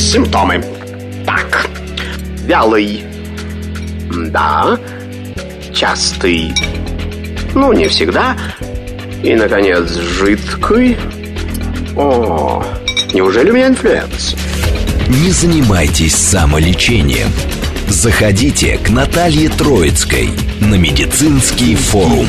Симптомы. Так, вялый. Да. Частый. Ну, не всегда. И, наконец, жидкий. О, неужели у меня инфлюенс? Не занимайтесь самолечением. Заходите к Наталье Троицкой на медицинский форум.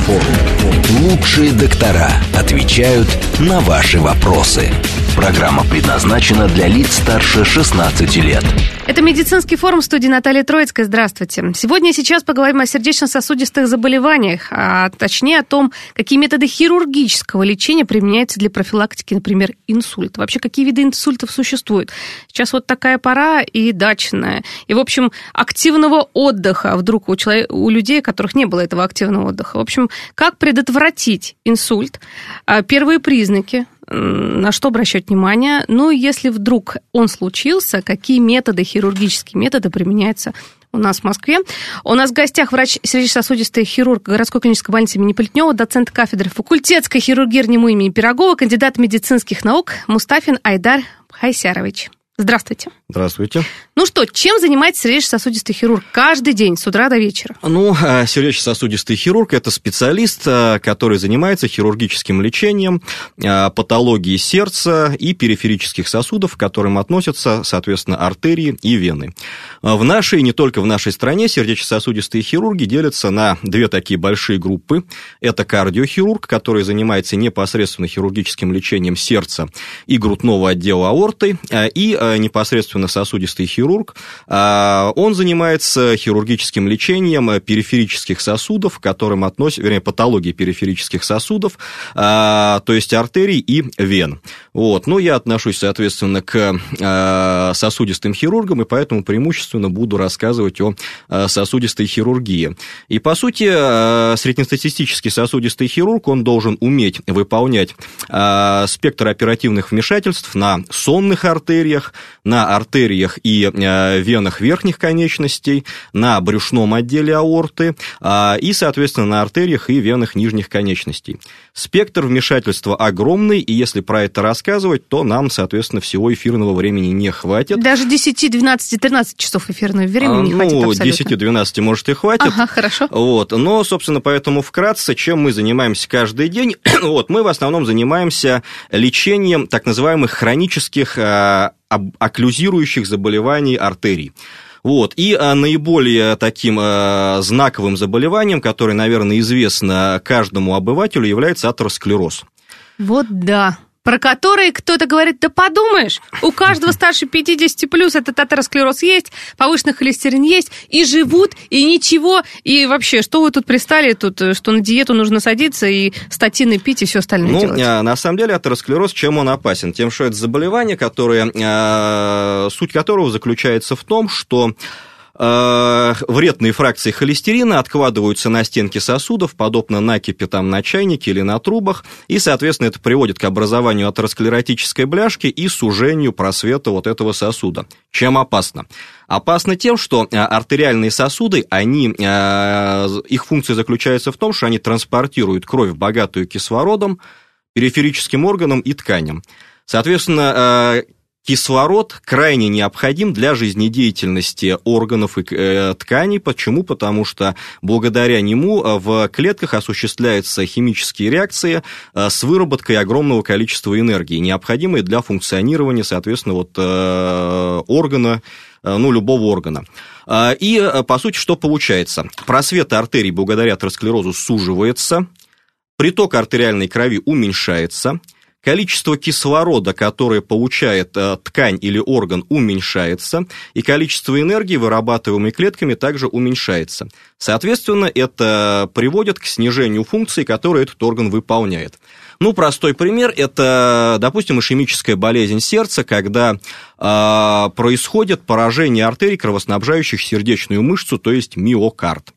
Лучшие доктора отвечают на ваши вопросы. Программа предназначена для лиц старше 16 лет. Это медицинский форум, в студии Наталья Троицкая. Здравствуйте. Сегодня и сейчас поговорим о сердечно-сосудистых заболеваниях, а точнее о том, какие методы хирургического лечения применяются для профилактики, например, инсульта. Вообще, какие виды инсультов существуют? Сейчас вот такая пора и дачная, и, в общем, активного отдыха вдруг у людей, у которых не было этого активного отдыха. В общем, как предотвратить инсульт? Первые признаки, на что обращать внимание? Ну, если вдруг он случился, какие методы, хирургические методы применяются у нас в Москве? У нас в гостях врач сердечно-сосудистый хирург городской клинической больницы имени Плетнева, доцент кафедры факультетской хирургии РНИМУ имени Пирогова, кандидат медицинских наук Мустафин Айдар Хайсярович. Здравствуйте. Здравствуйте. Ну что, чем занимается сердечно-сосудистый хирург каждый день, с утра до вечера? Ну, сердечно-сосудистый хирург – это специалист, который занимается хирургическим лечением патологии сердца и периферических сосудов, к которым относятся, соответственно, артерии и вены. В нашей, не только в нашей стране, сердечно-сосудистые хирурги делятся на две такие большие группы. Это кардиохирург, который занимается непосредственно хирургическим лечением сердца и грудного отдела аорты, и непосредственно сосудистый хирург, он занимается хирургическим лечением периферических сосудов, к которым относятся, вернее, патологии периферических сосудов, то есть артерий и вен. Вот. Ну, я отношусь, соответственно, к сосудистым хирургам, и поэтому преимущественно буду рассказывать о сосудистой хирургии. И, по сути, среднестатистический сосудистый хирург, он должен уметь выполнять спектр оперативных вмешательств на сонных артериях, на артериях и венах верхних конечностей, на брюшном отделе аорты и, соответственно, на артериях и венах нижних конечностей. Спектр вмешательства огромный, и если про это рассказывать, то нам, соответственно, всего эфирного времени не хватит. Даже 10, 12, 13 часов эфирного времени не хватит абсолютно. 10-12, может, и хватит. Ага, хорошо. Вот. Но, собственно, поэтому вкратце, чем мы занимаемся каждый день? Вот. Мы в основном занимаемся лечением так называемых хронических окклюзирующих заболеваний артерий. Вот. И наиболее таким знаковым заболеванием, которое, наверное, известно каждому обывателю, является атеросклероз. Вот да. Про который кто-то говорит, да подумаешь, у каждого старше 50 плюс этот атеросклероз есть, повышенный холестерин есть, и живут, и ничего, и вообще, что вы тут пристали, что на диету нужно садиться и статины пить и все остальное делать? На самом деле атеросклероз, чем он опасен? Тем, что это заболевание, суть которого заключается в том, что вредные фракции холестерина откладываются на стенки сосудов, подобно накипи на чайнике или на трубах, и, соответственно, это приводит к образованию атеросклеротической бляшки и сужению просвета вот этого сосуда. Чем опасно? Опасно тем, что артериальные сосуды, их функция заключается в том, что они транспортируют кровь, богатую кислородом, периферическим органам и тканям. Соответственно, кислород крайне необходим для жизнедеятельности органов и тканей. Почему? Потому что благодаря нему в клетках осуществляются химические реакции с выработкой огромного количества энергии, необходимой для функционирования, соответственно, органа, любого органа. И, по сути, что получается? Просвет артерий благодаря атеросклерозу суживается, приток артериальной крови уменьшается, количество кислорода, которое получает ткань или орган, уменьшается, и количество энергии, вырабатываемой клетками, также уменьшается. Соответственно, это приводит к снижению функций, которые этот орган выполняет. Простой пример – это, допустим, ишемическая болезнь сердца, когда происходит поражение артерий, кровоснабжающих сердечную мышцу, то есть миокард.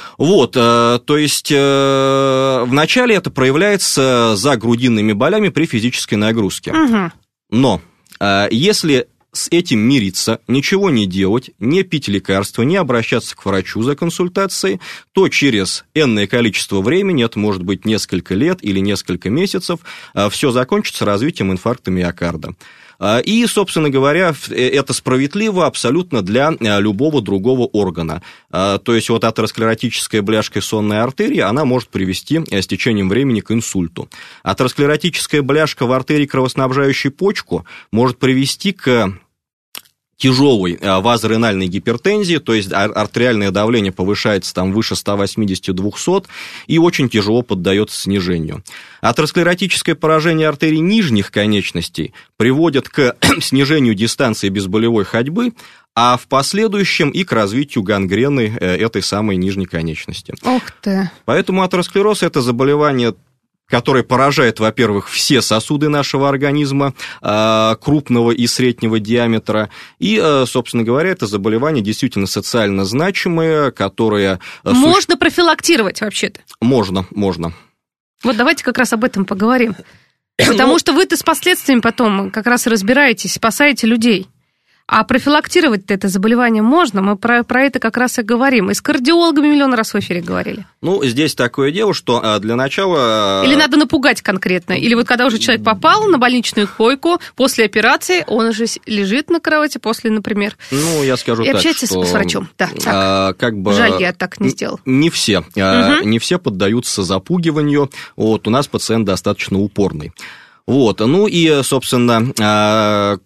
То есть вначале это проявляется за грудинными болями при физической нагрузке. Угу. Но если с этим мириться, ничего не делать, не пить лекарства, не обращаться к врачу за консультацией, то через энное количество времени, это может быть несколько лет или несколько месяцев, все закончится развитием инфаркта миокарда. И, собственно говоря, это справедливо абсолютно для любого другого органа. То есть вот атеросклеротическая бляшка сонной артерии, она может привести с течением времени к инсульту. Атеросклеротическая бляшка в артерии, кровоснабжающей почку, может привести к тяжелой вазоренальной гипертензии, то есть артериальное давление повышается там выше 180-200 и очень тяжело поддается снижению. Атеросклеротическое поражение артерий нижних конечностей приводит к снижению дистанции безболевой ходьбы, а в последующем и к развитию гангрены этой самой нижней конечности. Ух ты! Поэтому атеросклероз – это заболевание, который поражает, во-первых, все сосуды нашего организма крупного и среднего диаметра. И, собственно говоря, это заболевание действительно социально значимое, которое... Можно профилактировать вообще-то? Можно. Вот давайте как раз об этом поговорим. Потому что вы-то с последствиями потом как раз и разбираетесь, спасаете людей. А профилактировать это заболевание можно, мы про это как раз и говорим. И с кардиологами миллион раз в эфире говорили. Ну, здесь такое дело, что для начала... Или надо напугать конкретно. Или вот когда уже человек попал на больничную койку, после операции, он уже лежит на кровати после, например. Ну, я скажу так, общается что... с врачом. Да, так. Как бы... Жаль, я так не сделал. Не все. Не все поддаются запугиванию. Вот, у нас пациент достаточно упорный. Вот, ну и, собственно...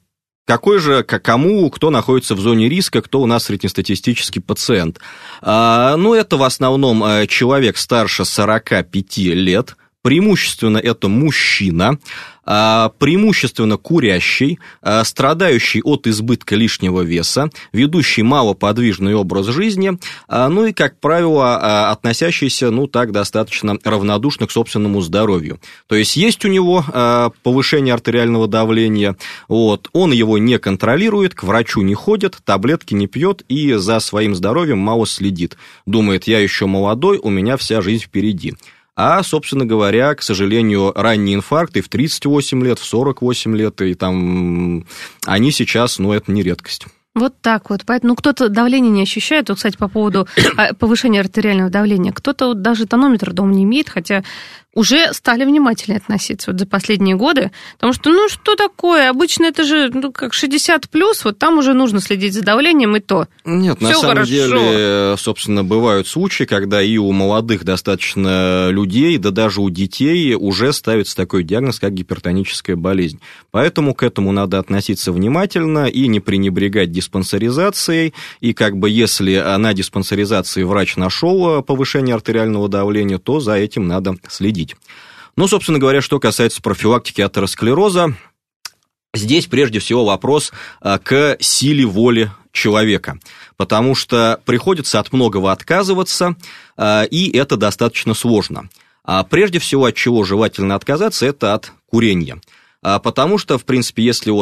кто находится в зоне риска, кто у нас среднестатистический пациент? Ну, это в основном человек старше 45 лет, преимущественно это мужчина, преимущественно курящий, страдающий от избытка лишнего веса, ведущий малоподвижный образ жизни, ну и, как правило, относящийся, так, достаточно равнодушно к собственному здоровью. То есть у него повышение артериального давления, вот, он его не контролирует, к врачу не ходит, таблетки не пьет и за своим здоровьем мало следит. Думает, я еще молодой, у меня вся жизнь впереди. А, собственно говоря, к сожалению, ранние инфаркты в 38 лет, в 48 лет, и там они сейчас, это не редкость. Вот так вот. Поэтому кто-то давление не ощущает. Вот, кстати, по поводу повышения артериального давления. Кто-то даже тонометр дома не имеет, хотя уже стали внимательнее относиться за последние годы. Потому что, что такое? Обычно это же, как 60+, вот там уже нужно следить за давлением, и то. Нет, на самом деле, собственно, бывают случаи, когда и у молодых достаточно людей, да даже у детей уже ставится такой диагноз, как гипертоническая болезнь. Поэтому к этому надо относиться внимательно и не пренебрегать диспансеризацией. И если на диспансеризации врач нашел повышение артериального давления, то за этим надо следить. Ну, собственно говоря, что касается профилактики атеросклероза, здесь прежде всего вопрос к силе воли человека, потому что приходится от многого отказываться, и это достаточно сложно. Прежде всего, от чего желательно отказаться, это от курения. Потому что, в принципе, если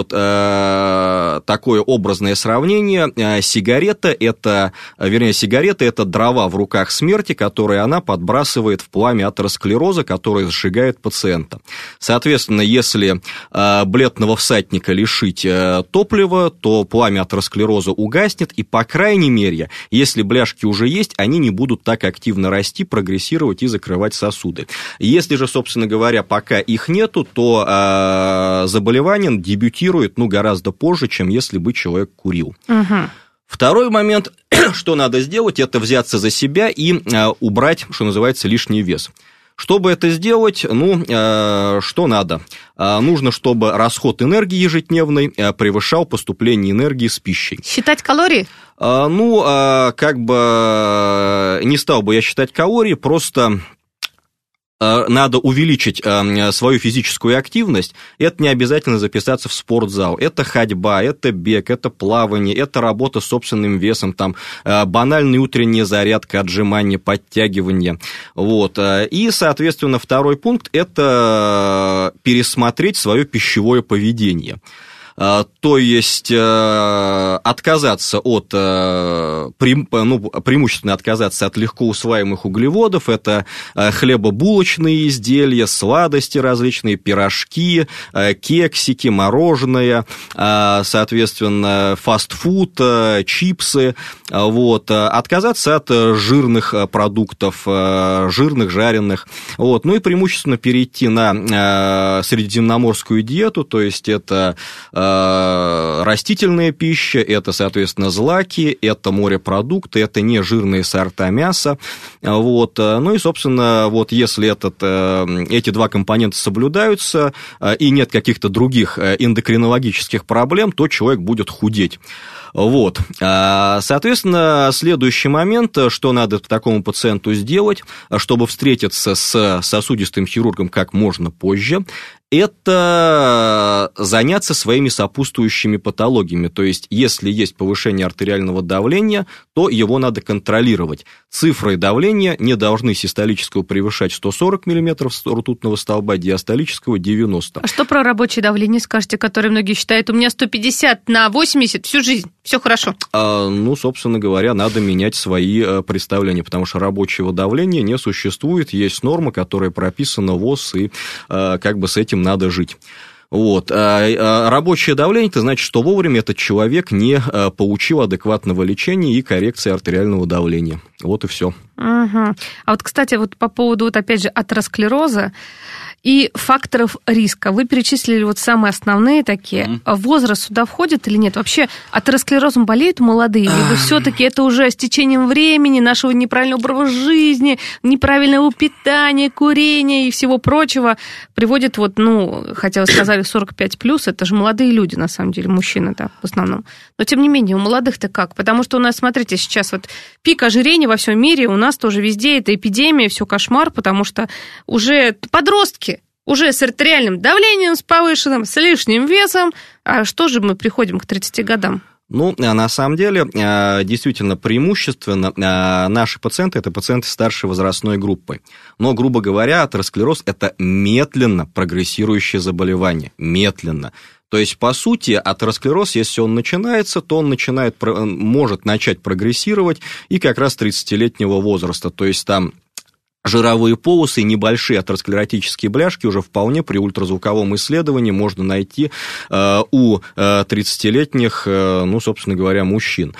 такое образное сравнение, сигарета – это дрова в руках смерти, которые она подбрасывает в пламя атеросклероза, который сжигает пациента. Соответственно, если бледного всадника лишить топлива, то пламя атеросклероза угаснет, и, по крайней мере, если бляшки уже есть, они не будут так активно расти, прогрессировать и закрывать сосуды. Если же, собственно говоря, пока их нету, то заболевание дебютирует гораздо позже, чем если бы человек курил. Угу. Второй момент, что надо сделать, это взяться за себя и убрать, что называется, лишний вес. Чтобы это сделать, что надо? Нужно, чтобы расход энергии ежедневной превышал поступление энергии с пищей. Считать калории? Не стал бы я считать калории, просто... надо увеличить свою физическую активность, это не обязательно записаться в спортзал, это ходьба, это бег, это плавание, это работа с собственным весом, там, банальная утренняя зарядка, отжимания, подтягивания, вот, и, соответственно, второй пункт – это пересмотреть свое пищевое поведение. То есть отказаться преимущественно отказаться от легко усваиваемых углеводов, это хлебобулочные изделия, сладости различные, пирожки, кексики, мороженое, соответственно, фастфуд, чипсы, вот, отказаться от жирных продуктов, жирных, жареных, вот, и преимущественно перейти на средиземноморскую диету, то есть это растительная пища, это, соответственно, злаки, это морепродукты, это нежирные сорта мяса. Вот. Ну и, собственно, вот если эти два компонента соблюдаются и нет каких-то других эндокринологических проблем, то человек будет худеть. Вот. Соответственно, следующий момент, что надо такому пациенту сделать, чтобы встретиться с сосудистым хирургом как можно позже, это заняться своими сопутствующими патологиями. То есть, если есть повышение артериального давления, то его надо контролировать. Цифры давления не должны систолического превышать 140 мм ртутного столба, диастолического 90. А что про рабочее давление скажете, которое многие считают, у меня 150 на 80 всю жизнь, все хорошо? Ну, собственно говоря, надо менять свои представления, потому что рабочего давления не существует, есть норма, которая прописана в ВОЗ, и как бы с этим надо жить. Вот. Рабочее давление, это значит, что вовремя этот человек не получил адекватного лечения и коррекции артериального давления. Вот и все. Угу. А вот, кстати, вот по поводу, вот опять же, атеросклероза и факторов риска. Вы перечислили вот самые основные такие. Возраст сюда входит или нет? Вообще атеросклерозом болеют молодые? Либо все-таки это уже с течением времени, нашего неправильного образа жизни, неправильного питания, курения и всего прочего приводит вот, хотя вы сказали 45+, это же молодые люди, на самом деле, мужчины, да, в основном. Но, тем не менее, у молодых-то как? Потому что у нас, смотрите, сейчас вот пик ожирения во всем мире, у нас тоже везде это эпидемия, все кошмар, потому что уже подростки, уже с артериальным давлением, с повышенным, с лишним весом. А что же мы приходим к 30 годам? Ну, на самом деле, действительно, преимущественно наши пациенты – это пациенты старшей возрастной группы. Но, грубо говоря, атеросклероз – это медленно прогрессирующее заболевание. Медленно. То есть, по сути, атеросклероз, если он начинается, то он может начать прогрессировать и как раз 30-летнего возраста. То есть, там жировые полосы и небольшие атеросклеротические бляшки уже вполне при ультразвуковом исследовании можно найти у 30-летних, собственно говоря, мужчин.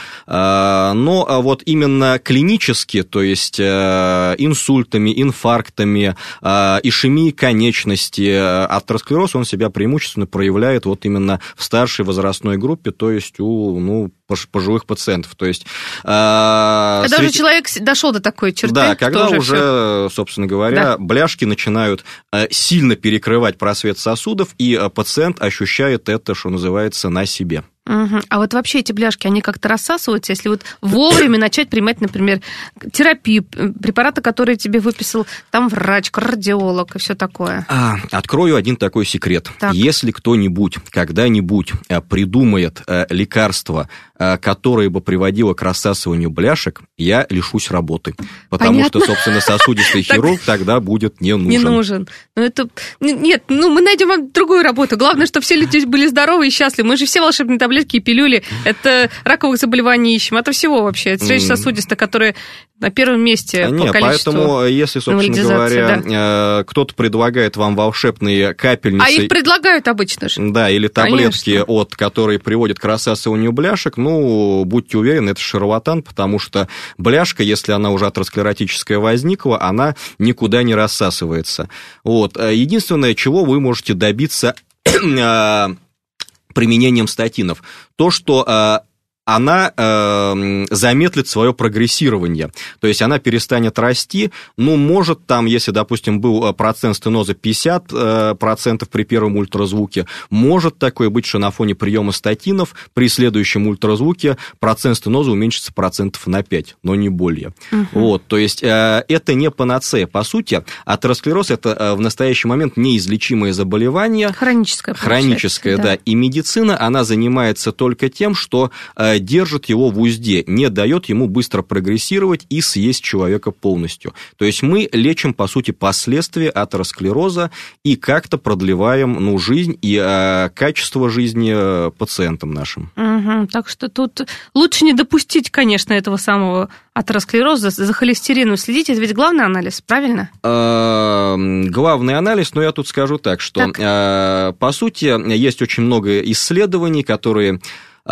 Но вот именно клинически, то есть инсультами, инфарктами, ишемией конечности, атеросклероз, он себя преимущественно проявляет вот именно в старшей возрастной группе, то есть у пожилых пациентов. То есть, когда уже человек дошел до такой черты, да, когда уже, собственно говоря, бляшки начинают сильно перекрывать просвет сосудов, и пациент ощущает это, что называется, на себе. Угу. А вот вообще эти бляшки, они как-то рассасываются, если вот вовремя начать принимать, например, терапию, препараты, которые тебе выписал там врач, кардиолог и все такое? Открою один такой секрет. Так. Если кто-нибудь когда-нибудь придумает лекарство, которое бы приводило к рассасыванию бляшек, я лишусь работы. Потому что, собственно, сосудистый хирург тогда будет не нужен. Не нужен. Нет, мы найдем вам другую работу. Главное, чтобы все люди были здоровы и счастливы. Мы же все волшебные таблетки и пилюли, это раковых заболеваний ищем, это всего вообще. Это сердечно-сосудистые, которые на первом месте по количеству. Поэтому, если, собственно говоря, кто-то предлагает вам волшебные капельницы... А их предлагают обычно же. Да, или таблетки, которые приводят к рассасыванию бляшек, будьте уверены, это шарлатан, потому что бляшка, если она уже атеросклеротическая возникла, она никуда не рассасывается. Вот. Единственное, чего вы можете добиться применением статинов, то, что она замедлит свое прогрессирование. То есть она перестанет расти, может там, если, допустим, был процент стеноза 50% при первом ультразвуке, может такое быть, что на фоне приема статинов при следующем ультразвуке процент стеноза уменьшится процентов на 5, но не более. Вот, то есть это не панацея. По сути, атеросклероз – это в настоящий момент неизлечимое заболевание. Хроническое, да. И медицина, она занимается только тем, что держит его в узде, не дает ему быстро прогрессировать и съесть человека полностью. То есть мы лечим, по сути, последствия атеросклероза и как-то продлеваем жизнь и качество жизни пациентам нашим. Так что тут лучше не допустить, конечно, этого самого атеросклероза, за холестерином следить, это ведь главный анализ, правильно? Главный анализ, но я тут скажу так, что, по сути, есть очень много исследований, которые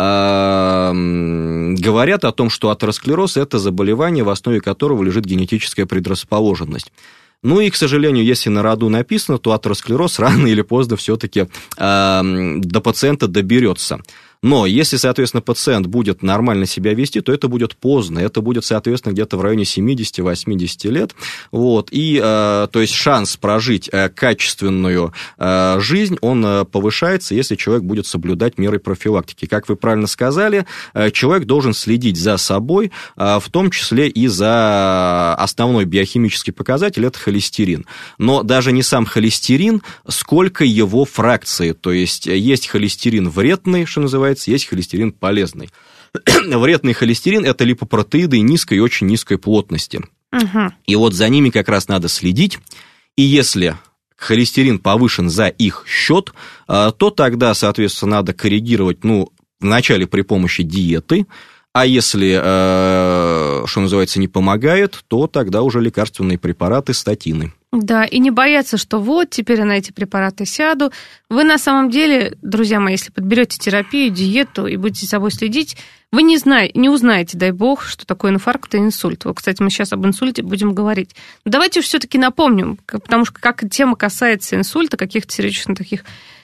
говорят о том, что атеросклероз – это заболевание, в основе которого лежит генетическая предрасположенность. Ну и, к сожалению, если на роду написано, то атеросклероз рано или поздно все-таки до пациента доберется. Но если, соответственно, пациент будет нормально себя вести, то это будет поздно, это будет, соответственно, где-то в районе 70-80 лет. Вот. И, то есть, шанс прожить качественную жизнь, он повышается, если человек будет соблюдать меры профилактики. Как вы правильно сказали, человек должен следить за собой, в том числе и за основной биохимический показатель, это холестерин. Но даже не сам холестерин, сколько его фракции. То есть, есть холестерин вредный, что называется, есть холестерин полезный. Вредный холестерин – это липопротеиды низкой и очень низкой плотности. Угу. И вот за ними как раз надо следить. И если холестерин повышен за их счет, то тогда, соответственно, надо коррегировать, вначале при помощи диеты, а если, что называется, не помогает, то тогда уже лекарственные препараты, статины. Да, и не бояться, что вот, теперь я на эти препараты сяду. Вы на самом деле, друзья мои, если подберете терапию, диету и будете за собой следить, вы не узнаете, дай бог, что такое инфаркт и инсульт. Вот, кстати, мы сейчас об инсульте будем говорить. Но давайте все-таки напомним, потому что как тема касается инсульта, каких-то сердечных таких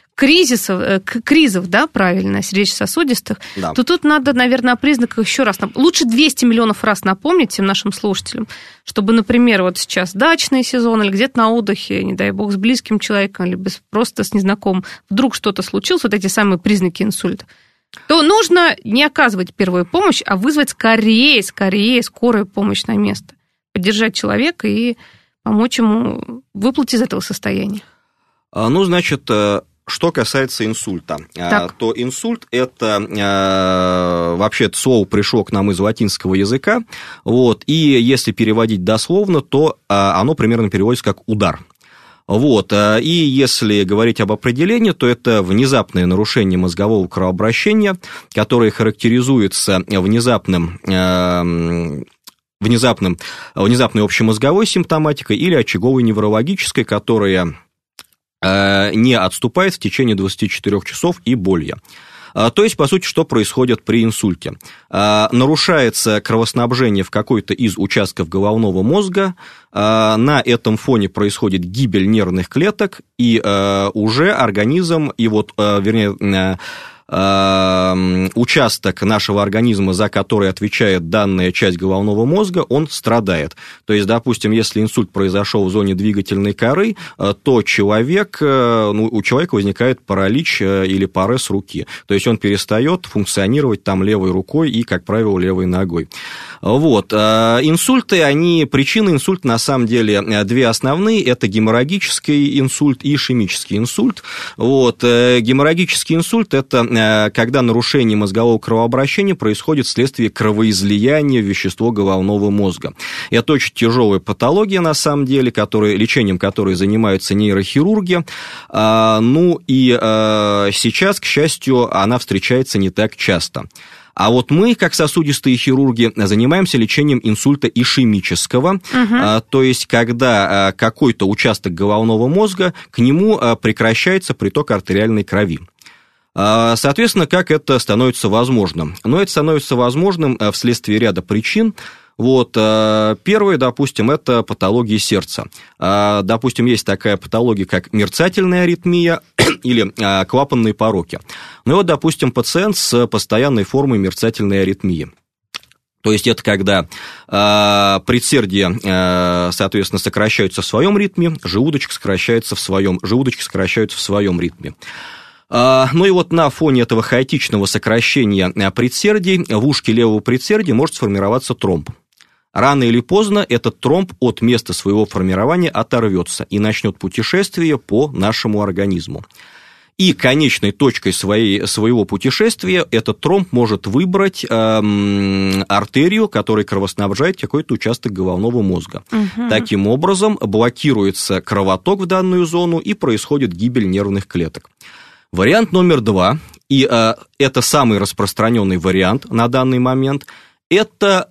кризов, да, правильно, сердечно-сосудистых, да, то тут надо, наверное, о признаках еще раз. Лучше 200 миллионов раз напомнить всем нашим слушателям, чтобы, например, вот сейчас дачный сезон или где-то на отдыхе, не дай бог, с близким человеком или просто с незнакомым, вдруг что-то случилось, вот эти самые признаки инсульта, то нужно не оказывать первую помощь, а вызвать скорее скорую помощь на место, поддержать человека и помочь ему выплыть из этого состояния. Значит, что касается инсульта, то инсульт – это вообще это слово пришло к нам из латинского языка, вот, и если переводить дословно, то оно примерно переводится как «удар». Вот, и если говорить об определении, то это внезапное нарушение мозгового кровообращения, которое характеризуется внезапной общемозговой симптоматикой или очаговой неврологической, которая не отступает в течение 24 часов и более. То есть, по сути, что происходит при инсульте? Нарушается кровоснабжение в какой-то из участков головного мозга, на этом фоне происходит гибель нервных клеток, и уже организм, участок нашего организма, за который отвечает данная часть головного мозга, он страдает. То есть, допустим, если инсульт произошел в зоне двигательной коры, то у человека возникает паралич или парез руки. То есть, он перестает функционировать там левой рукой и, как правило, левой ногой. Вот. Инсульты, причины инсульта на самом деле две основные. Это геморрагический инсульт и ишемический инсульт. Вот. Геморрагический инсульт – это когда нарушение мозгового кровообращения происходит вследствие кровоизлияния в вещество головного мозга. Это очень тяжелая патология, на самом деле, лечением которой занимаются нейрохирурги. Сейчас, к счастью, она встречается не так часто. А вот мы, как сосудистые хирурги, занимаемся лечением инсульта ишемического, то есть когда какой-то участок головного мозга, к нему прекращается приток артериальной крови. Соответственно, как это становится возможным? Это становится возможным вследствие ряда причин. Вот, первое, допустим, это патология сердца. Допустим, есть такая патология, как мерцательная аритмия или клапанные пороки. Допустим, пациент с постоянной формой мерцательной аритмии. То есть, это когда предсердия, соответственно, сокращаются в своем ритме, желудочки сокращаются в своем ритме. На фоне этого хаотичного сокращения предсердий в ушке левого предсердия может сформироваться тромб. Рано или поздно этот тромб от места своего формирования оторвется и начнет путешествие по нашему организму. И конечной точкой своего путешествия этот тромб может выбрать артерию, которая кровоснабжает какой-то участок головного мозга. Угу. Таким образом, блокируется кровоток в данную зону и происходит гибель нервных клеток. Вариант номер 2, и это самый распространенный вариант на данный момент, это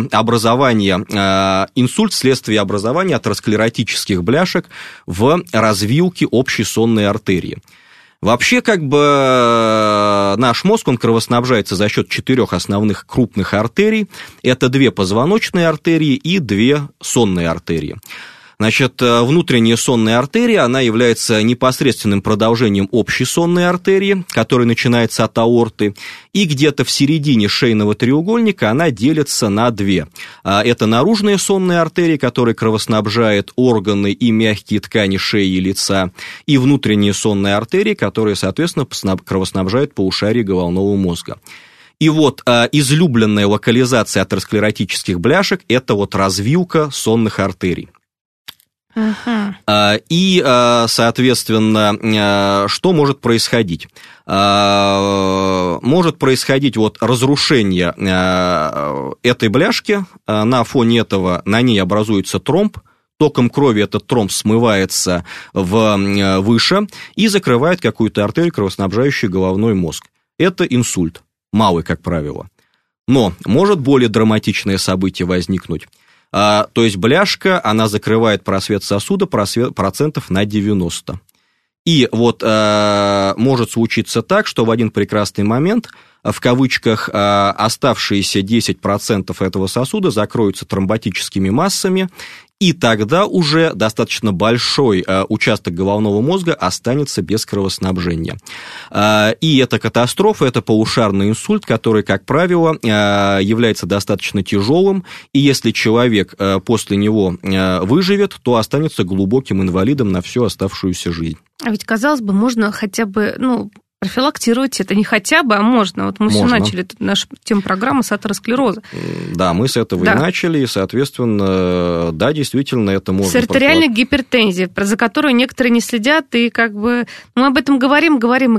инсульт вследствие образования атеросклеротических бляшек в развилке общей сонной артерии. Вообще, наш мозг, он кровоснабжается за счет 4 основных крупных артерий. Это 2 позвоночные артерии и 2 сонные артерии. Значит, внутренняя сонная артерия, она является непосредственным продолжением общей сонной артерии, которая начинается от аорты, и где-то в середине шейного треугольника она делится на две. Это наружная сонная артерия, которая кровоснабжает органы и мягкие ткани шеи и лица, и внутренняя сонная артерия, которая, соответственно, кровоснабжает полушарие головного мозга. И вот излюбленная локализация атеросклеротических бляшек – это вот развилка сонных артерий. И, соответственно, что может происходить? Может происходить вот разрушение этой бляшки, на фоне этого на ней образуется тромб, током крови этот тромб смывается выше и закрывает какую-то артерию, кровоснабжающую головной мозг. Это инсульт, малый, как правило. Но может более драматичное событие возникнуть. То есть бляшка, она закрывает просвет сосуда процентов на 90%. И вот может случиться так, что в один прекрасный момент, в кавычках, оставшиеся 10% этого сосуда закроются тромботическими массами, и тогда уже достаточно большой участок головного мозга останется без кровоснабжения. И эта катастрофа, это полушарный инсульт, который, как правило, является достаточно тяжелым, и если человек после него выживет, то останется глубоким инвалидом на всю оставшуюся жизнь. А ведь, казалось бы, можно хотя бы, профилактировать это не хотя бы, а можно. Вот мы все начали нашу тему программы с атеросклероза. Да, мы с этого и начали, и, соответственно, да, действительно, это можно. С артериальной гипертензией, за которую некоторые не следят, и мы об этом говорим,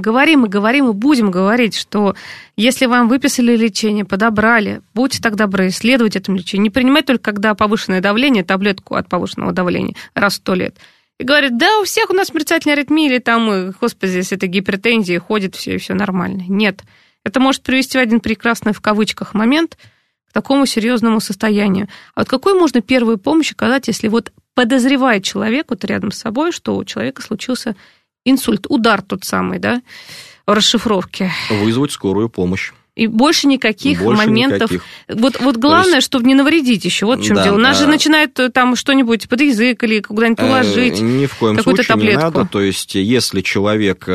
и будем говорить, что если вам выписали лечение, подобрали, будьте так добры, следуйте этому лечению. Не принимать только, когда повышенное давление, таблетку от повышенного давления раз в 100 лет. И говорят, да, у всех у нас смертельная аритмия, или там, господи, с этой гипертензией ходит все, и все нормально. Нет. Это может привести в один прекрасный, в кавычках, момент к такому серьезному состоянию. А вот какую можно первую помощь оказать, если вот подозревает человек вот рядом с собой, что у человека случился инсульт, удар тот самый, да, в расшифровке? Вызвать скорую помощь. И больше никаких моментов. Вот главное, чтобы не навредить еще. Вот в чем дело. Нас же начинает там что-нибудь под язык или куда-нибудь положить. Ни в коем случае таблетку. Не надо. То есть, если человек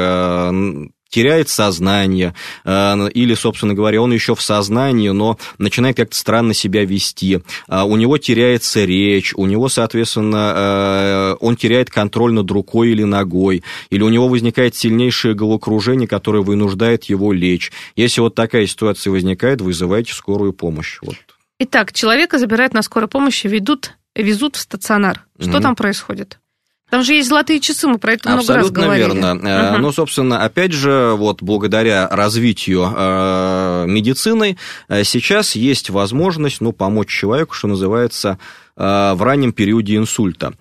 теряет сознание, или, собственно говоря, он еще в сознании, но начинает как-то странно себя вести, у него теряется речь, у него, соответственно, он теряет контроль над рукой или ногой, или у него возникает сильнейшее головокружение, которое вынуждает его лечь. Если вот такая ситуация возникает, вызывайте скорую помощь. Вот. Итак, человека забирают на скорой помощи, везут в стационар. Что там происходит? Там же есть золотые часы, мы про это много раз говорили. Абсолютно верно. Ну, собственно, опять же, вот благодаря развитию медицины сейчас есть возможность, помочь человеку, что называется, в раннем периоде инсульта.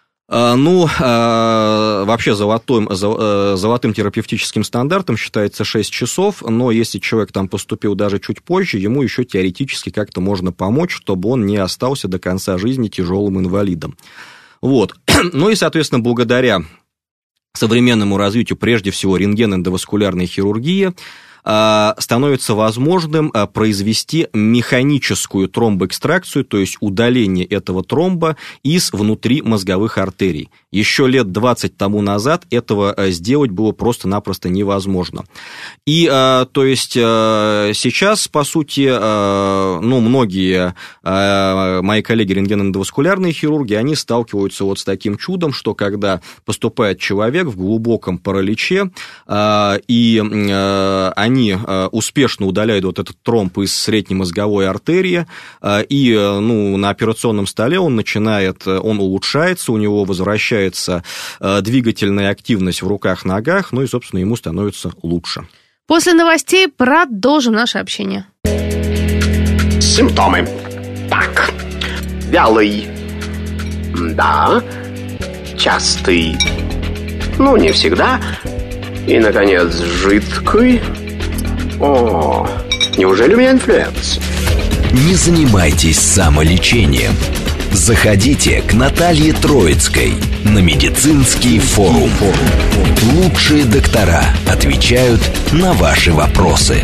Вообще золотым терапевтическим стандартом считается 6 часов, но если человек там поступил даже чуть позже, ему еще теоретически как-то можно помочь, чтобы он не остался до конца жизни тяжелым инвалидом. Вот. Ну и, соответственно, благодаря современному развитию, прежде всего, рентгено-эндоваскулярной хирургии, становится возможным произвести механическую тромбоэкстракцию, то есть удаление этого тромба из внутри мозговых артерий. Еще лет 20 тому назад этого сделать было просто-напросто невозможно. И, то есть, сейчас, по сути, многие мои коллеги рентгено-эндоваскулярные хирурги, они сталкиваются вот с таким чудом, что когда поступает человек в глубоком параличе, и они успешно удаляют вот этот тромб из среднемозговой артерии, и на операционном столе он улучшается, у него возвращается двигательная активность в руках-ногах, и, собственно, ему становится лучше. После новостей продолжим наше общение. Симптомы. Так, вялый. Да. Частый. Не всегда. И, наконец, жидкий. О, неужели у меня инфлюенс? Не занимайтесь самолечением. Заходите к Наталье Троицкой на медицинский форум. Лучшие доктора отвечают на ваши вопросы.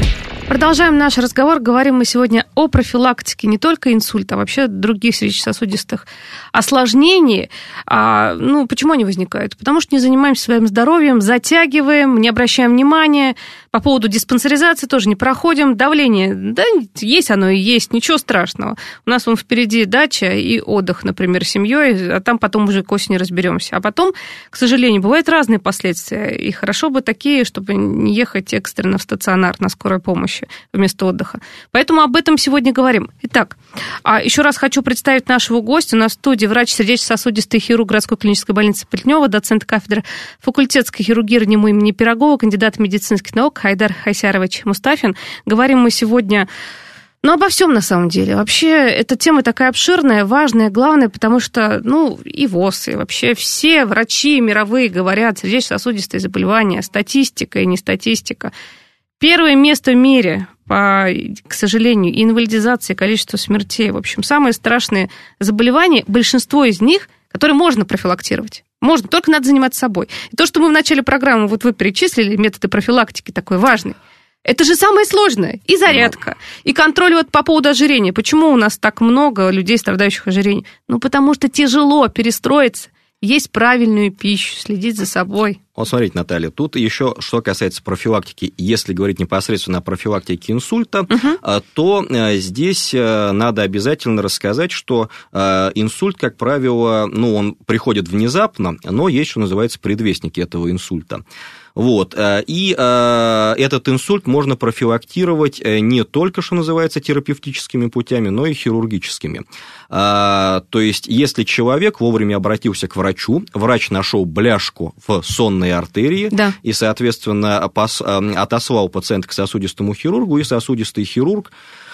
Продолжаем наш разговор. Говорим мы сегодня о профилактике не только инсульта, а вообще других сердечно-сосудистых осложнений. Почему они возникают? Потому что не занимаемся своим здоровьем, затягиваем, не обращаем внимания. По поводу диспансеризации тоже не проходим. Давление, да, есть оно и есть, ничего страшного. У нас впереди дача и отдых, например, с семьей, а там потом уже к осени разберемся. А потом, к сожалению, бывают разные последствия. И хорошо бы такие, чтобы не ехать экстренно в стационар на скорой помощи вместо отдыха. Поэтому об этом сегодня говорим. Итак, еще раз хочу представить нашего гостя. У нас в студии врач сердечно-сосудистый хирург городской клинической больницы Плетнева, доцент кафедры факультетской хирургии РНИМУ имени Пирогова, кандидат медицинских наук Хайдар Хайсярович Мустафин. Говорим мы сегодня обо всем на самом деле. Вообще, эта тема такая обширная, важная, главная, потому что, и ВОЗ, и вообще все врачи мировые говорят, сердечно-сосудистые заболевания, статистика и не статистика. Первое место в мире по, к сожалению, инвалидизации, количеству смертей. В общем, самые страшные заболевания, большинство из них, которые можно профилактировать. Можно, только надо заниматься собой. И то, что мы в начале программы, вы перечислили, методы профилактики такой важный, это же самое сложное. И зарядка, и контроль по поводу ожирения. Почему у нас так много людей, страдающих ожирением? Потому что тяжело перестроиться, есть правильную пищу, следить за собой. Вот смотрите, Наталья, тут еще, что касается профилактики, если говорить непосредственно о профилактике инсульта, то здесь надо обязательно рассказать, что инсульт, как правило, он приходит внезапно, но есть, что называется, предвестники этого инсульта. И этот инсульт можно профилактировать не только, что называется, терапевтическими путями, но и хирургическими. То есть, если человек вовремя обратился к врачу, врач нашел бляшку в сонной артерии, да, и, соответственно, отослал пациента к сосудистому хирургу, и сосудистый хирург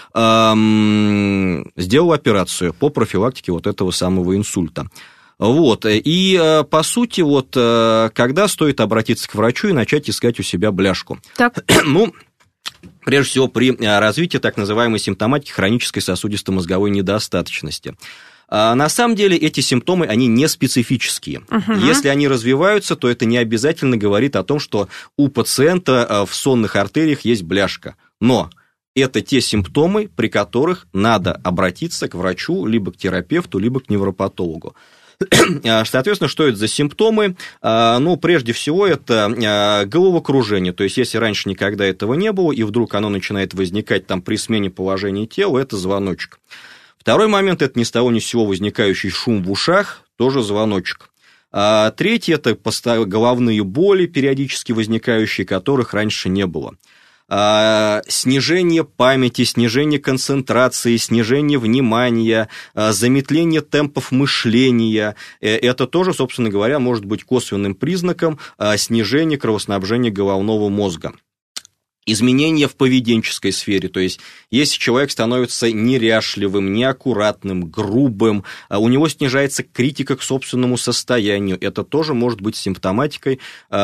сделал операцию по профилактике этого самого инсульта. И, по сути, когда стоит обратиться к врачу и начать искать у себя бляшку? Так. Прежде всего, при развитии так называемой симптоматики хронической сосудисто-мозговой недостаточности. На самом деле, эти симптомы, они не специфические. Если они развиваются, то это не обязательно говорит о том, что у пациента в сонных артериях есть бляшка. Но это те симптомы, при которых надо обратиться к врачу, либо к терапевту, либо к невропатологу. Соответственно, что это за симптомы? Прежде всего, это головокружение. То есть, если раньше никогда этого не было, и вдруг оно начинает возникать при смене положения тела, это звоночек. Второй момент – это ни с того ни с сего возникающий шум в ушах, тоже звоночек. Третий – это головные боли, периодически возникающие, которых раньше не было. Снижение памяти, снижение концентрации, снижение внимания, замедление темпов мышления. Это тоже, собственно говоря, может быть косвенным признаком снижения кровоснабжения головного мозга. Изменения в поведенческой сфере, то есть если человек становится неряшливым, неаккуратным, грубым, у него снижается критика к собственному состоянию, это тоже может быть симптоматикой,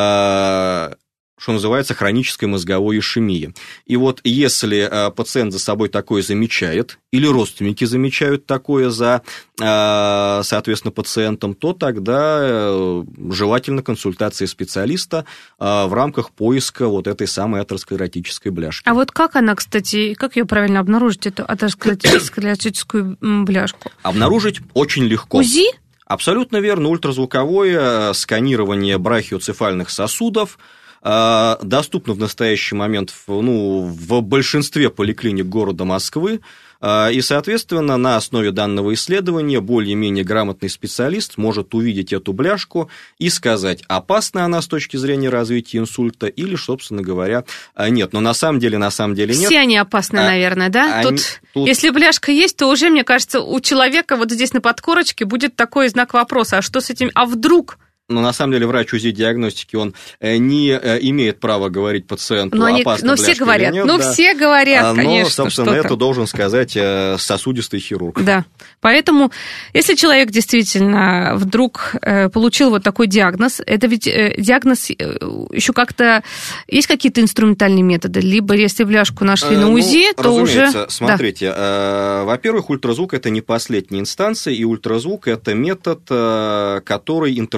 что называется, хронической мозговой ишемии. И если пациент за собой такое замечает, или родственники замечают такое за, соответственно, пациентом, то тогда желательно консультация специалиста в рамках поиска этой самой атеросклеротической бляшки. А как она, кстати, как ее правильно обнаружить, эту атеросклеротическую бляшку? Обнаружить очень легко. УЗИ? Абсолютно верно. Ультразвуковое сканирование брахиоцефальных сосудов доступно в настоящий момент в большинстве поликлиник города Москвы, и, соответственно, на основе данного исследования более-менее грамотный специалист может увидеть эту бляшку и сказать, опасна она с точки зрения развития инсульта или, собственно говоря, нет. Но на самом деле нет. Все они опасны, наверное, да? Тут, если бляшка есть, то уже, мне кажется, у человека здесь на подкорочке будет такой знак вопроса, а что с этим, а вдруг... Но на самом деле врач УЗИ-диагностики, он не имеет права говорить пациенту, опасна бляшка все говорят, или нет. Все говорят, конечно. Но, собственно, это должен сказать сосудистый хирург. Да, поэтому, если человек действительно вдруг получил такой диагноз, это ведь диагноз еще как-то... Есть какие-то инструментальные методы? Либо если бляшку нашли на УЗИ, то разумеется, уже... Смотрите, во-первых, ультразвук – это не последняя инстанция, и ультразвук – это метод, который интерпретирует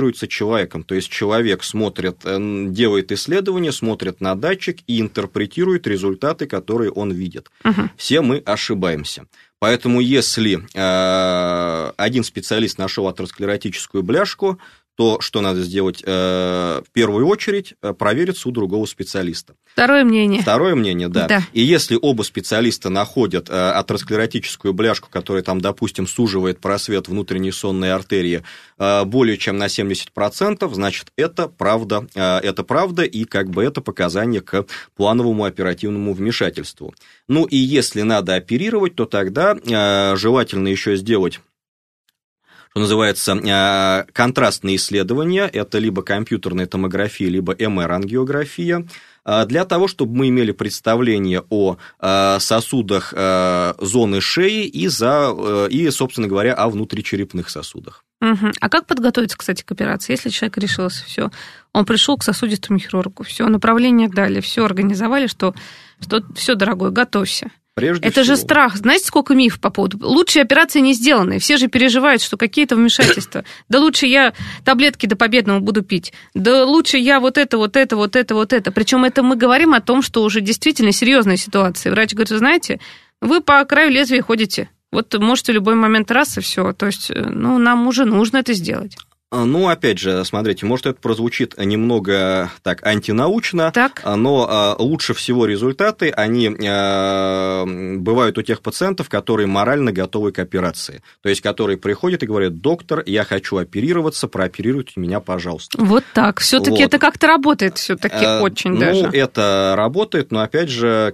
интерпретируется человеком. То есть человек делает исследование, смотрит на датчик и интерпретирует результаты, которые он видит. Все мы ошибаемся. Поэтому если один специалист нашел атеросклеротическую бляшку, то что надо сделать? В первую очередь провериться у другого специалиста. Второе мнение. Второе мнение, да. И если оба специалиста находят атеросклеротическую бляшку, которая, там, допустим, суживает просвет внутренней сонной артерии более чем на 70%, значит, это правда, и как бы это показание к плановому оперативному вмешательству. Ну и если надо оперировать, то тогда желательно еще сделать, что называется, контрастные исследования, это либо компьютерная томография, либо МР-ангиография, для того, чтобы мы имели представление о сосудах зоны шеи и, собственно говоря, о внутричерепных сосудах. А как подготовиться, кстати, к операции? Если человек решился, все, он пришел к сосудистому хирургу, все, направление дали, все организовали, что все, дорогой, готовься. Это же страх. Знаете, сколько мифов по поводу? Лучшие операции не сделаны. Все же переживают, что какие-то вмешательства. Да лучше я таблетки до победного буду пить. Да лучше я вот это. Причем это мы говорим о том, что уже действительно серьезная ситуация. Врач говорит, знаете, вы по краю лезвия ходите. Вот можете в любой момент раз и все. То есть, нам уже нужно это сделать. Ну, опять же, смотрите, может, это прозвучит немного так антинаучно, но лучше всего результаты, они бывают у тех пациентов, которые морально готовы к операции. То есть, которые приходят и говорят, доктор, я хочу оперироваться, прооперируйте меня, пожалуйста. Вот так. Все-таки это как-то работает, все-таки очень даже. Ну, это работает, но, опять же,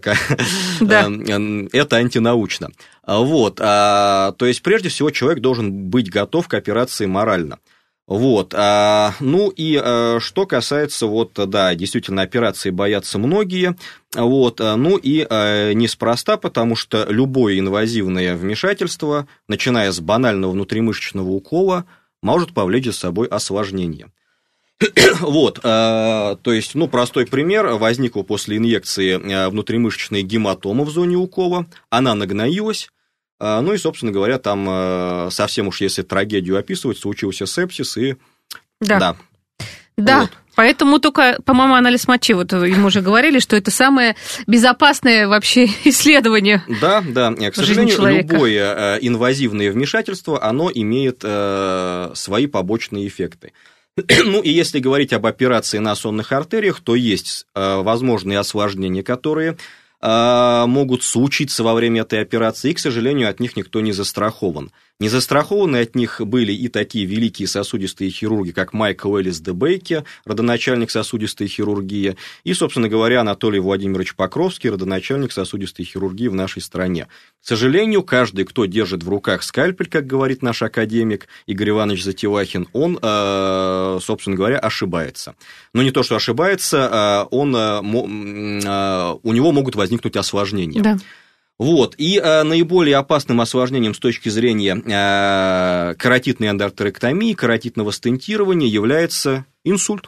это антинаучно. Вот. То есть, прежде всего, человек должен быть готов к операции морально. Вот, ну и что касается, действительно, операции боятся многие, ну и неспроста, потому что любое инвазивное вмешательство, начиная с банального внутримышечного укола, может повлечь за собой осложнение. То есть, простой пример, возникла после инъекции внутримышечная гематома в зоне укола, она нагноилась. Ну и, собственно говоря, там совсем уж если трагедию описывать, случился сепсис и... Да. Поэтому только, по-моему, анализ мочи, ему уже говорили, что это самое безопасное вообще исследование. Да, к сожалению, любое инвазивное вмешательство, оно имеет свои побочные эффекты. Ну и если говорить об операции на сонных артериях, то есть возможные осложнения, которые могут случиться во время этой операции, и, к сожалению, от них никто не застрахован. Не застрахованы от них были и такие великие сосудистые хирурги, как Майкл Элис де Бейке, родоначальник сосудистой хирургии, и, собственно говоря, Анатолий Владимирович Покровский, родоначальник сосудистой хирургии в нашей стране. К сожалению, каждый, кто держит в руках скальпель, как говорит наш академик Игорь Иванович Затилахин, он, собственно говоря, ошибается. Но не то, что ошибается, у него могут возникнуть осложнения. Да. И наиболее опасным осложнением с точки зрения каротидной эндоартерэктомии, каротидного стентирования является инсульт.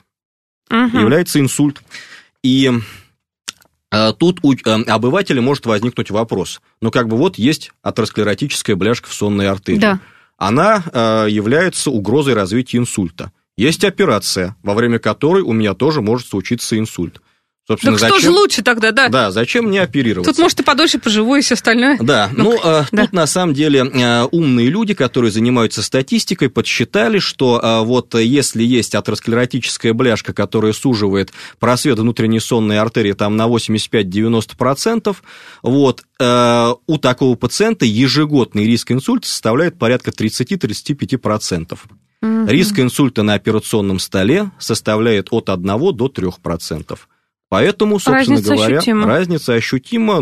И тут у обывателя может возникнуть вопрос. Есть атеросклеротическая бляшка в сонной артерии. Да. Она является угрозой развития инсульта. Есть операция, во время которой у меня тоже может случиться инсульт. Собственно, так что же лучше тогда, да? Да, зачем мне оперироваться? Тут, может, и подольше поживу, и все остальное. Да, тут на самом деле умные люди, которые занимаются статистикой, подсчитали, что если есть атеросклеротическая бляшка, которая суживает просвет внутренней сонной артерии там на 85-90%, у такого пациента ежегодный риск инсульта составляет порядка 30-35%. Риск инсульта на операционном столе составляет от 1 до 3%. Поэтому, собственно говоря, разница ощутима.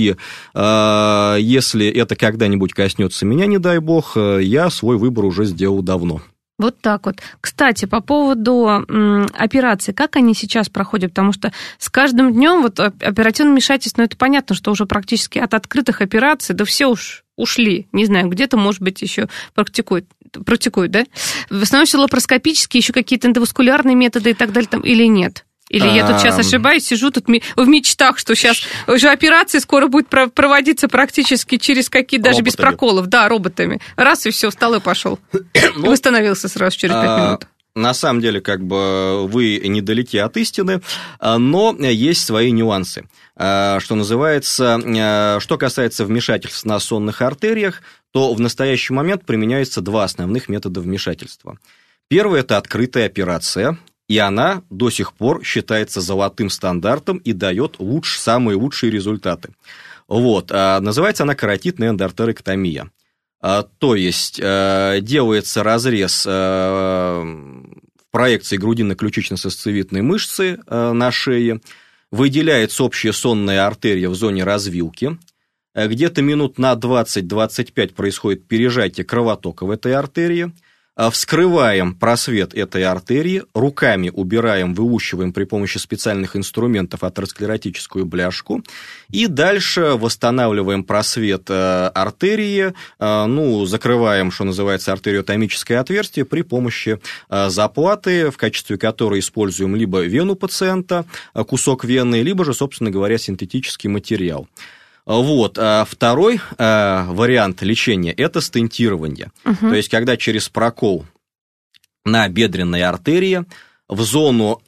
Если это когда-нибудь коснется меня, не дай бог, я свой выбор уже сделал давно. Вот так вот. Кстати, по поводу операций, как они сейчас проходят? Потому что с каждым днем оперативное вмешательство, это понятно, что уже практически от открытых операций, да все уж ушли. Не знаю, где-то, может быть, еще практикуют, да? В основном все лапароскопические, еще какие-то эндоваскулярные методы и так далее, или нет? Или я тут сейчас ошибаюсь, сижу тут в мечтах, что сейчас уже операция скоро будет проводиться практически через какие-то, даже без проколов, да, роботами. Раз, и все, встал и пошел. И восстановился сразу через 5 минут. на самом деле, как бы вы недалеки от истины, но есть свои нюансы. Что называется, что касается вмешательств на сонных артериях, то в настоящий момент применяются два основных метода вмешательства. Первый – это открытая операция, и она до сих пор считается золотым стандартом и дает самые лучшие результаты. Вот. Называется она каротидная эндоартерэктомия. То есть делается разрез в проекции грудинно-ключично-сосцевидной мышцы на шее, выделяется общая сонная артерия в зоне развилки, где-то минут на 20-25 происходит пережатие кровотока в этой артерии, вскрываем просвет этой артерии, руками убираем, выущиваем при помощи специальных инструментов атеросклеротическую бляшку и дальше восстанавливаем просвет артерии, закрываем, что называется, артериотомическое отверстие при помощи заплаты, в качестве которой используем либо вену пациента, кусок вены, либо же, собственно говоря, синтетический материал. Вот. Второй вариант лечения – это стентирование. То есть, когда через прокол на бедренной артерии в зону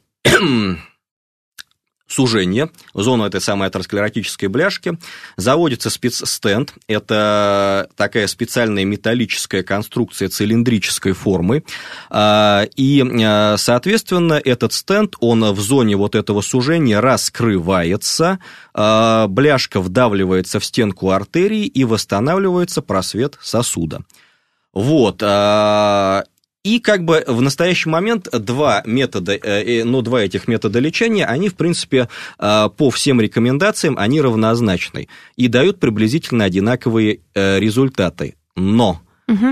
сужения, в зону этой самой атеросклеротической бляшки, заводится спецстент. Это такая специальная металлическая конструкция цилиндрической формы. И, соответственно, этот стент, он в зоне вот этого сужения раскрывается, бляшка вдавливается в стенку артерии и восстанавливается просвет сосуда. Вот. И как бы в настоящий момент два этих метода лечения, они, в принципе, по всем рекомендациям, они равнозначны и дают приблизительно одинаковые результаты. Но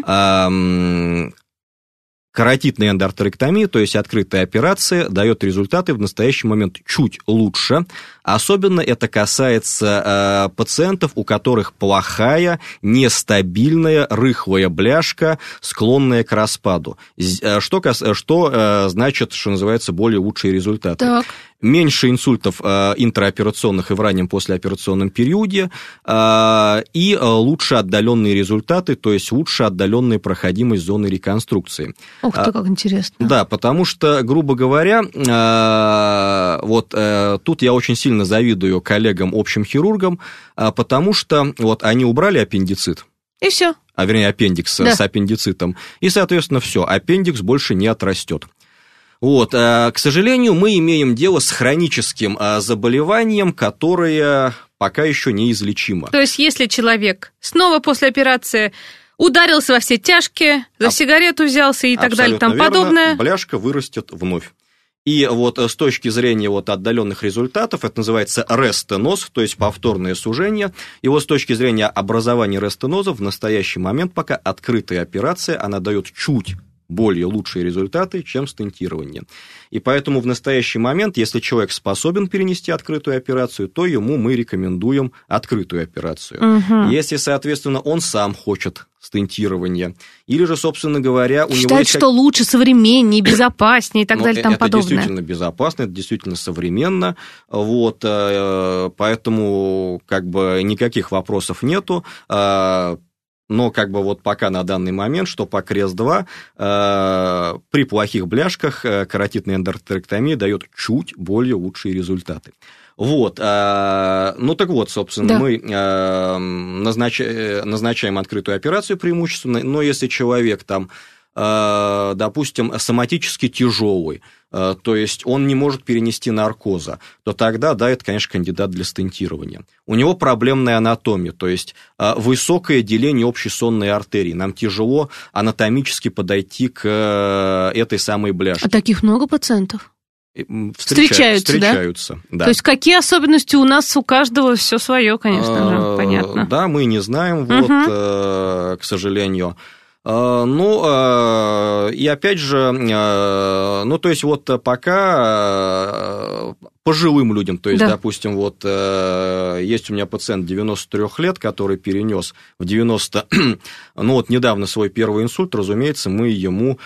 каротидная эндоартерэктомия, то есть открытая операция, дает результаты в настоящий момент чуть лучше. Особенно это касается пациентов, у которых плохая, нестабильная, рыхлая бляшка, склонная к распаду. Что значит, что называется, более лучшие результаты? Так. Меньше инсультов интраоперационных и в раннем послеоперационном периоде, и лучше отдаленные результаты, то есть лучше отдаленная проходимость зоны реконструкции. Ух ты, как интересно. Да, потому что, грубо говоря, тут я очень сильно завидую коллегам общим хирургам, потому что вот они убрали аппендицит. И все. Вернее, аппендикс с аппендицитом. И, соответственно, все, аппендикс больше не отрастет. Вот, к сожалению, мы имеем дело с хроническим заболеванием, которое пока еще неизлечимо. То есть, если человек снова после операции ударился во все тяжкие, за сигарету взялся и так далее, и тому подобное, бляшка вырастет вновь. И вот с точки зрения отдаленных результатов, это называется рестеноз, то есть повторное сужение. И вот с точки зрения образования рестеноза в настоящий момент пока открытая операция, она дает чуть более лучшие результаты, чем стентирование. И поэтому в настоящий момент, если человек способен перенести открытую операцию, то ему мы рекомендуем открытую операцию. Угу. Если, соответственно, он сам хочет стентирования, или же, собственно говоря, у него считает, что лучше, современнее, безопаснее и так далее, и тому подобное. Это действительно безопасно, это действительно современно, вот, поэтому как бы никаких вопросов нету. Но как бы вот пока на данный момент, что по КРЕС-2 при плохих бляшках каротидная эндоартерэктомия дает чуть более лучшие результаты. Вот, так вот, собственно, мы назначаем открытую операцию преимущественно, но если человек там, допустим, соматически тяжелый, то есть он не может перенести наркоза, то тогда, да, это, конечно, кандидат для стентирования. У него проблемная анатомия, то есть высокое деление общей сонной артерии. Нам тяжело анатомически подойти к этой самой бляшке. А таких много пациентов? Встречаются, да? То есть какие особенности у нас, у каждого все свое, конечно же, понятно. Да, мы не знаем, к сожалению. И опять же, то есть вот пока пожилым людям, то есть, да. допустим, вот есть у меня пациент 93 лет, который перенес в 90, ну вот недавно свой первый инсульт, разумеется, мы ему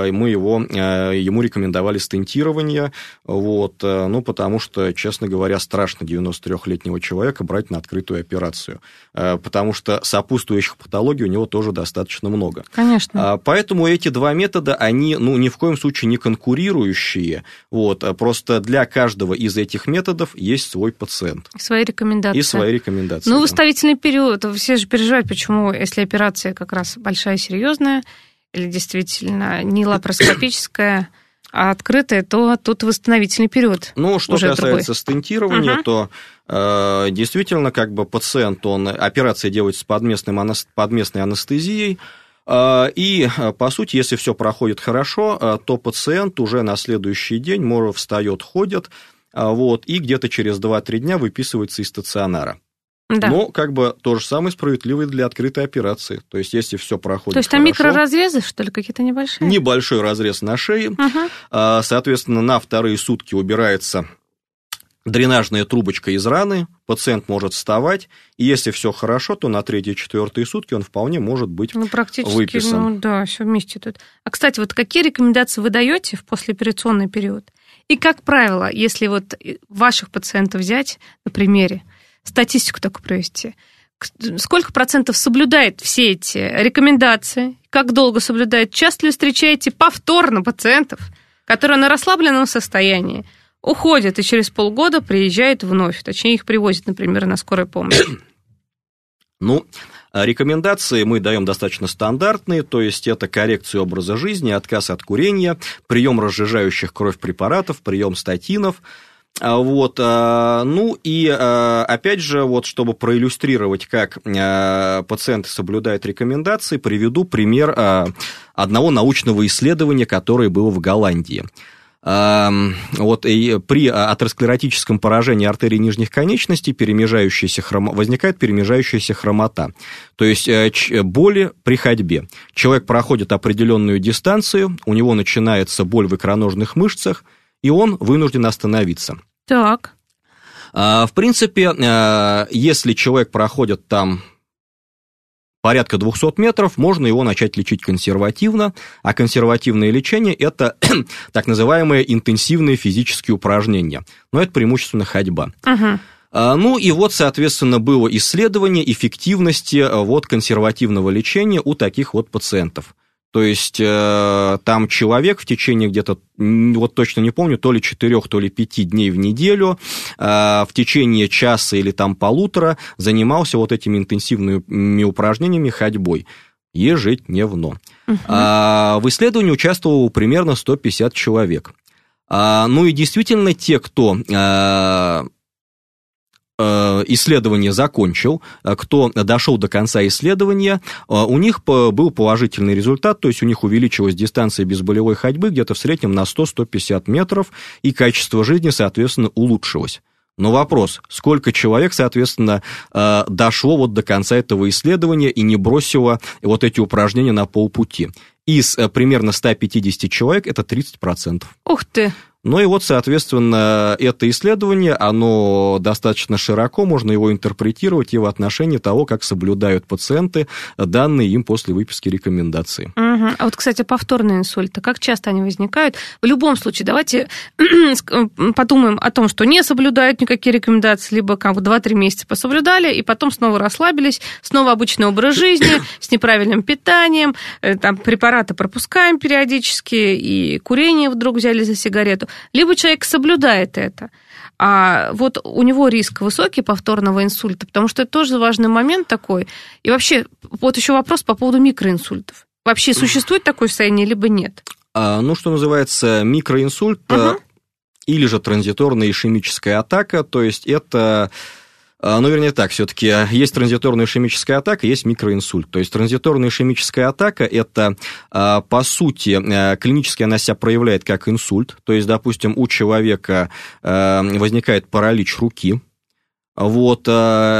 рекомендовали стентирование, вот, ну, потому что, честно говоря, страшно 93-летнего человека брать на открытую операцию, потому что сопутствующих патологий у него тоже достаточно много. Конечно. Поэтому эти два метода, они, ну, ни в коем случае не конкурирующие, вот, просто для каждого из этих методов есть свой пациент. И свои рекомендации. Ну, да. выставительный период, все же переживают, почему, если операция как раз большая, серьезная, или действительно не лапароскопическая, а открытая, то тут восстановительный период. Ну, что касается стентирования, то действительно, как бы пациент, операция делается под местной анестезией, и, по сути, если все проходит хорошо, то пациент уже на следующий день встает, ходит, вот, и где-то через 2-3 дня выписывается из стационара. Да. Но как бы то же самое справедливо и для открытой операции. То есть, если все проходит хорошо... То есть, там микроразрезы, что ли, какие-то небольшие? Небольшой разрез на шее. Соответственно, на вторые сутки убирается дренажная трубочка из раны, пациент может вставать, и если все хорошо, то на 3-4 сутки он вполне может быть практически, выписан. Ну да, все вместе тут. А, кстати, вот какие рекомендации вы даете в послеоперационный период? И, как правило, если вот ваших пациентов взять на примере, статистику только провести, сколько процентов соблюдает все эти рекомендации, как долго соблюдает, часто ли встречаете повторно пациентов, которые на расслабленном состоянии уходят и через полгода приезжают вновь, точнее, их привозят, например, на скорой помощи? Ну, рекомендации мы даем достаточно стандартные, то есть это коррекция образа жизни, отказ от курения, прием разжижающих кровь препаратов, прием статинов. Вот, ну и опять же, вот, чтобы проиллюстрировать, как пациенты соблюдают рекомендации, приведу пример одного научного исследования, которое было в Голландии. Вот, и при атеросклеротическом поражении артерий нижних конечностей возникает перемежающаяся хромота, то есть боли при ходьбе. Человек проходит определенную дистанцию, у него начинается боль в икроножных мышцах, и он вынужден остановиться. Так. В принципе, если человек проходит там порядка 200 метров, можно его начать лечить консервативно, а консервативное лечение – это так называемые интенсивные физические упражнения, но это преимущественно ходьба. Ну и вот, соответственно, было исследование эффективности вот консервативного лечения у таких вот пациентов. То есть там человек в течение где-то, вот точно не помню, то ли 4, то ли 5 дней в неделю, в течение часа или там полутора занимался вот этими интенсивными упражнениями ходьбой ежедневно. В исследовании участвовало примерно 150 человек. Ну и действительно те, кто исследование закончил, кто дошел до конца исследования, у них был положительный результат, то есть у них увеличилась дистанция безболевой ходьбы где-то в среднем на 100-150 метров, и качество жизни, соответственно, улучшилось. Но вопрос, сколько человек, соответственно, дошло вот до конца этого исследования и не бросило вот эти упражнения на полпути? Из примерно 150 человек это 30%. Ух ты! Ну и вот, соответственно, это исследование, оно достаточно широко, можно его интерпретировать и в отношении того, как соблюдают пациенты данные им после выписки рекомендации. А вот, кстати, повторные инсульты, как часто они возникают? В любом случае, давайте подумаем о том, что не соблюдают никакие рекомендации, либо как 2-3 месяца пособлюдали, и потом снова расслабились, снова обычный образ жизни, с неправильным питанием, там препараты пропускаем периодически, и курение вдруг взяли за сигарету. Либо человек соблюдает это, а вот у него риск высокий повторного инсульта, потому что это тоже важный момент такой. И вообще, вот еще вопрос по поводу микроинсультов. Вообще существует такое состояние, либо нет? Ну, что называется, микроинсульт или же транзиторная ишемическая атака, то есть это... Ну, вернее так, все-таки есть транзиторная ишемическая атака, есть микроинсульт. То есть транзиторная ишемическая атака – это, по сути, клинически она себя проявляет как инсульт. То есть, допустим, у человека возникает паралич руки, вот,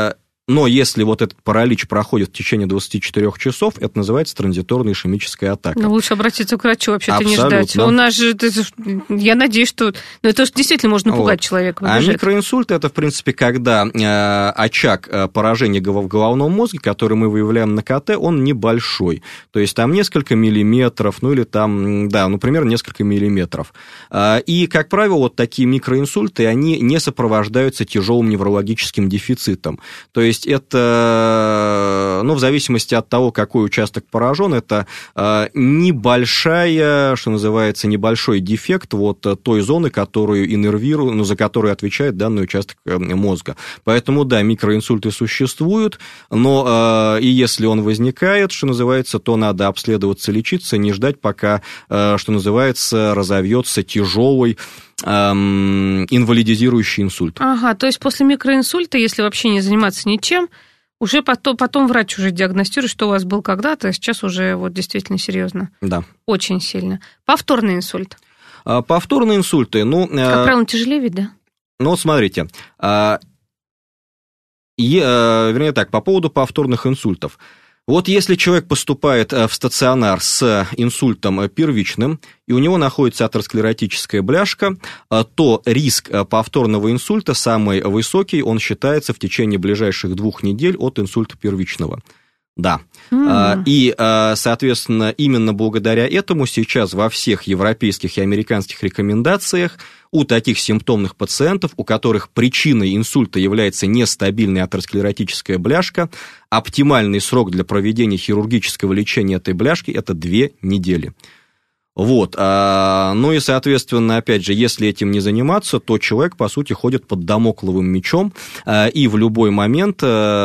Но если вот этот паралич проходит в течение 24 часов, это называется транзиторная ишемическая атака. Ну, лучше обратиться к врачу, вообще-то не Абсолютно. ждать. У нас же, я надеюсь, что... Ну, это же действительно можно пугать человека. А микроинсульт – это, в принципе, когда очаг поражения в головном мозге, который мы выявляем на КТ, он небольшой. То есть там несколько миллиметров, ну или там, да, ну, примерно несколько миллиметров. И, как правило, вот такие микроинсульты, они не сопровождаются тяжелым неврологическим дефицитом. То есть это, ну, в зависимости от того, какой участок поражен, это небольшая, что называется, небольшой дефект вот той зоны, которую иннервирует, ну, за которую отвечает данный участок мозга. Поэтому, да, микроинсульты существуют, но и если он возникает, что называется, то надо обследоваться, лечиться, не ждать, пока, что называется, разовьется тяжелый инвалидизирующий инсульт. Ага, то есть после микроинсульта, если вообще не заниматься ничем, уже потом врач уже диагностирует, что у вас был когда-то, а сейчас уже вот действительно серьезно. Да. Очень сильно. Повторный инсульт. Повторные инсульты, ну... Как правило, тяжелее ведь, да? Ну, вот смотрите, вернее так, по поводу повторных инсультов. Вот если человек поступает в стационар с инсультом первичным, и у него находится атеросклеротическая бляшка, то риск повторного инсульта самый высокий, он считается в течение ближайших 2 недель от инсульта первичного. Да. И, соответственно, именно благодаря этому сейчас во всех европейских и американских рекомендациях у таких симптомных пациентов, у которых причиной инсульта является нестабильная атеросклеротическая бляшка, оптимальный срок для проведения хирургического лечения этой бляшки – это 2 недели. Вот, ну и, соответственно, опять же, если этим не заниматься, то человек, по сути, ходит под дамокловым мечом, и в любой момент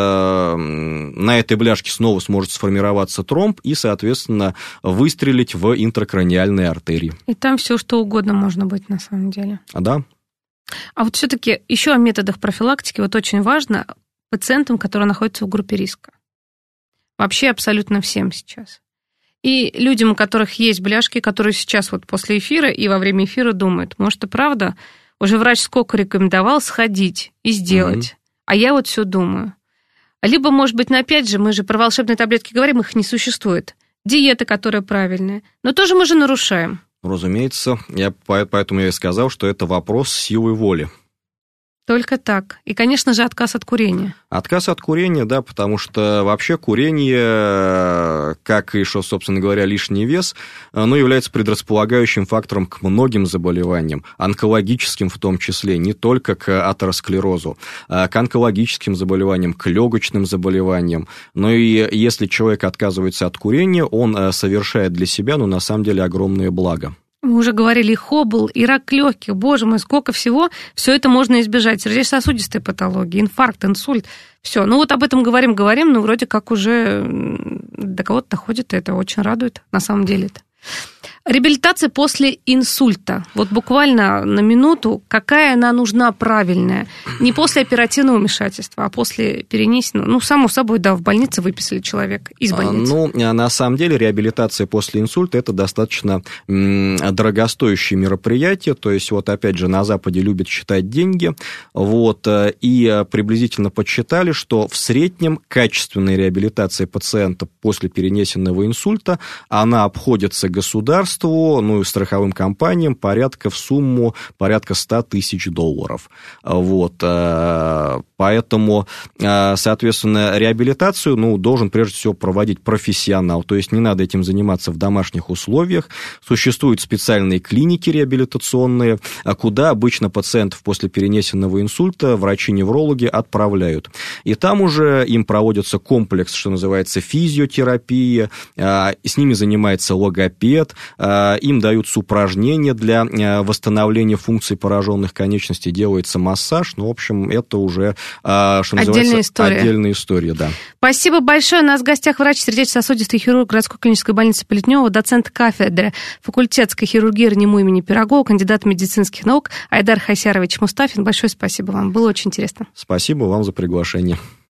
на этой бляшке снова сможет сформироваться тромб и, соответственно, выстрелить в интракраниальные артерии. И там все что угодно можно быть, на самом деле. Да. А вот все-таки еще о методах профилактики, вот очень важно пациентам, которые находятся в группе риска. Вообще абсолютно всем сейчас. И людям, у которых есть бляшки, которые сейчас вот после эфира и во время эфира думают, может, и правда, уже врач сколько рекомендовал сходить и сделать, а я вот все думаю. Либо, может быть, но опять же, мы же про волшебные таблетки говорим, их не существует. Диета, которая правильная, но тоже мы же нарушаем. Разумеется, поэтому я и сказал, что это вопрос силы воли. Только так. И, конечно же, отказ от курения. Отказ от курения, да, потому что вообще курение, как и, что, собственно говоря, лишний вес, оно является предрасполагающим фактором к многим заболеваниям, онкологическим в том числе, не только к атеросклерозу, к онкологическим заболеваниям, к легочным заболеваниям. Но и если человек отказывается от курения, он совершает для себя, ну, на самом деле, огромное благо. Мы уже говорили, и хоббл, и рак легких, боже мой, сколько всего, все это можно избежать. Сердечно-сосудистые патологии, инфаркт, инсульт, все. Ну вот об этом говорим, но вроде как уже до кого-то доходит, и это очень радует, на самом деле-то. Реабилитация после инсульта. Вот буквально на минуту, какая она нужна правильная? Не после оперативного вмешательства, а после перенесенного. Ну, само собой, да, в больнице выписали человека из больницы. Ну, на самом деле, реабилитация после инсульта – это достаточно дорогостоящее мероприятие. То есть, вот опять же, на Западе любят считать деньги. Вот, и приблизительно подсчитали, что в среднем качественная реабилитация пациента после перенесенного инсульта, она обходится государству, ну и страховым компаниям в сумму порядка $100 тысяч. Вот, поэтому, соответственно, реабилитацию, ну, должен прежде всего проводить профессионал, то есть не надо этим заниматься в домашних условиях. Существуют специальные клиники реабилитационные, куда обычно пациентов после перенесенного инсульта врачи-неврологи отправляют. И там уже им проводится комплекс, что называется, физиотерапии, с ними занимается логопед, им даются упражнения для восстановления функций пораженных конечностей, делается массаж. Ну, в общем, это уже, что называется, отдельная история, да. Спасибо большое. У нас в гостях врач, сердечно-сосудистый хирург городской клинической больницы Плетнева, доцент кафедры факультетской хирургии РНИМУ имени Пирогова, кандидат медицинских наук Айдар Хайсярович Мустафин. Большое спасибо вам. Было очень интересно. Спасибо вам за приглашение.